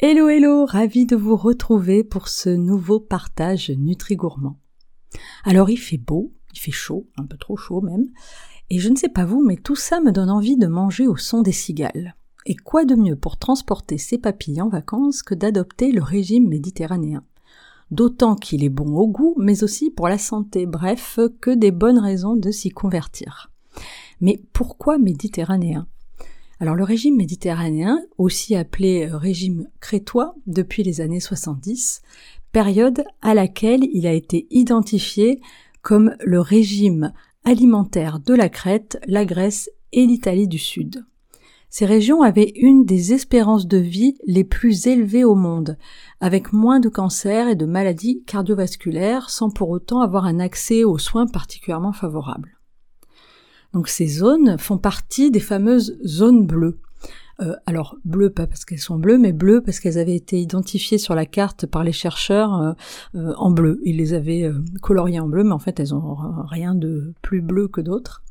Hello hello, ravi de vous retrouver pour ce nouveau partage Nutri-Gourmand. Alors il fait beau, il fait chaud, un peu trop chaud même, et je ne sais pas vous, mais tout ça me donne envie de manger au son des cigales. Et quoi de mieux pour transporter ses papilles en vacances que d'adopter le régime méditerranéen? D'autant qu'il est bon au goût, mais aussi pour la santé, bref, que des bonnes raisons de s'y convertir. Mais pourquoi méditerranéen ? Alors le régime méditerranéen, aussi appelé régime crétois depuis les années 70, période à laquelle il a été identifié comme le régime alimentaire de la Crète, la Grèce et l'Italie du Sud. Ces régions avaient une des espérances de vie les plus élevées au monde, avec moins de cancers et de maladies cardiovasculaires sans pour autant avoir un accès aux soins particulièrement favorables. Donc ces zones font partie des fameuses zones bleues. Alors bleues pas parce qu'elles sont bleues, mais bleues parce qu'elles avaient été identifiées sur la carte par les chercheurs en bleu. Ils les avaient coloriées en bleu, mais en fait elles ont rien de plus bleu que d'autres.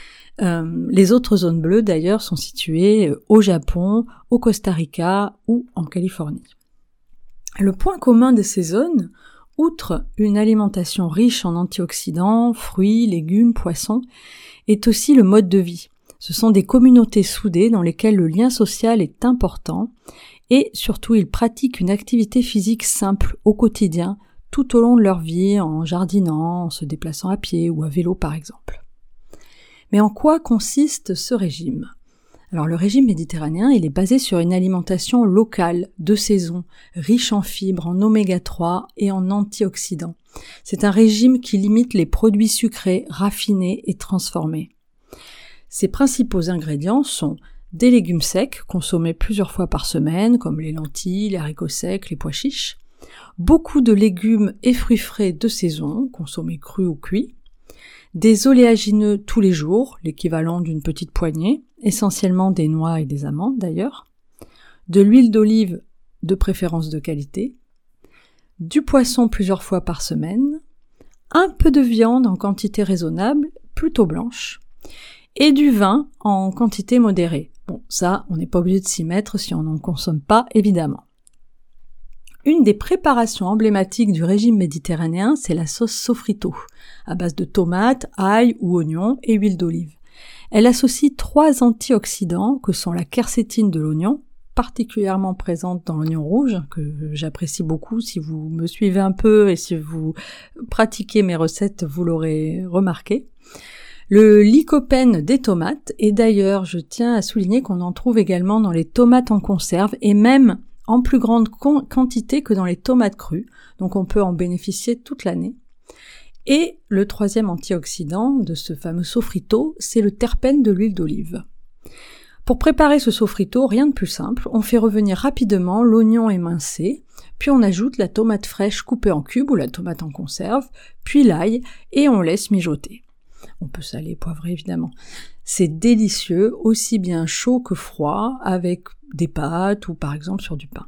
Les autres zones bleues d'ailleurs sont situées au Japon, au Costa Rica ou en Californie. Le point commun de ces zones, outre une alimentation riche en antioxydants, fruits, légumes, poissons, est aussi le mode de vie. Ce sont des communautés soudées dans lesquelles le lien social est important et surtout ils pratiquent une activité physique simple au quotidien tout au long de leur vie en jardinant, en se déplaçant à pied ou à vélo par exemple. Mais en quoi consiste ce régime ? Alors le régime méditerranéen, il est basé sur une alimentation locale, de saison, riche en fibres, en oméga 3 et en antioxydants. C'est un régime qui limite les produits sucrés, raffinés et transformés. Ses principaux ingrédients sont des légumes secs, consommés plusieurs fois par semaine, comme les lentilles, les haricots secs, les pois chiches, beaucoup de légumes et fruits frais de saison, consommés crus ou cuits, des oléagineux tous les jours, l'équivalent d'une petite poignée, essentiellement des noix et des amandes d'ailleurs, de l'huile d'olive de préférence de qualité, du poisson plusieurs fois par semaine, un peu de viande en quantité raisonnable, plutôt blanche, et du vin en quantité modérée. Bon, ça, on n'est pas obligé de s'y mettre si on n'en consomme pas, évidemment. Une des préparations emblématiques du régime méditerranéen, c'est la sauce sofrito, à base de tomates, ail ou oignons et huile d'olive. Elle associe 3 antioxydants que sont la quercétine de l'oignon, particulièrement présente dans l'oignon rouge, que j'apprécie beaucoup. Si vous me suivez un peu et si vous pratiquez mes recettes, vous l'aurez remarqué. Le lycopène des tomates, et d'ailleurs je tiens à souligner qu'on en trouve également dans les tomates en conserve et même en plus grande quantité que dans les tomates crues, donc on peut en bénéficier toute l'année. Et le 3e antioxydant de ce fameux sofrito, c'est le terpène de l'huile d'olive. Pour préparer ce sofrito, rien de plus simple, on fait revenir rapidement l'oignon émincé, puis on ajoute la tomate fraîche coupée en cubes ou la tomate en conserve, puis l'ail, et on laisse mijoter. On peut saler, poivrer évidemment. C'est délicieux, aussi bien chaud que froid, avec des pâtes ou par exemple sur du pain.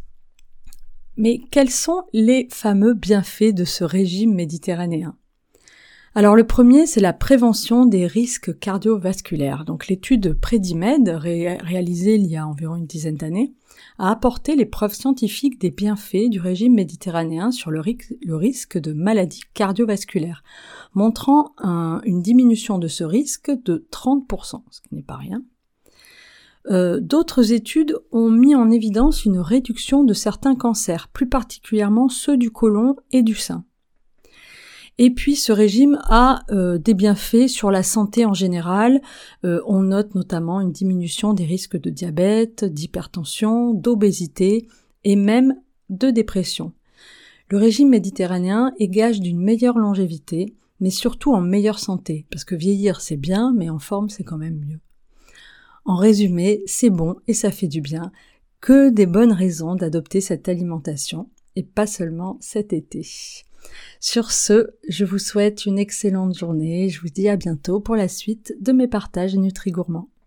Mais quels sont les fameux bienfaits de ce régime méditerranéen ? Alors le premier, c'est la prévention des risques cardiovasculaires. Donc l'étude Predimed, réalisée il y a environ une dizaine d'années, a apporté les preuves scientifiques des bienfaits du régime méditerranéen sur le risque de maladies cardiovasculaires, montrant une diminution de ce risque de 30%, ce qui n'est pas rien. D'autres études ont mis en évidence une réduction de certains cancers, plus particulièrement ceux du côlon et du sein. Et puis ce régime a des bienfaits sur la santé en général. On note notamment une diminution des risques de diabète, d'hypertension, d'obésité et même de dépression. Le régime méditerranéen est gage d'une meilleure longévité, mais surtout en meilleure santé, parce que vieillir c'est bien, mais en forme c'est quand même mieux. En résumé, c'est bon et ça fait du bien, que des bonnes raisons d'adopter cette alimentation, et pas seulement cet été. Sur ce, je vous souhaite une excellente journée, je vous dis à bientôt pour la suite de mes partages Nutri-Gourmand.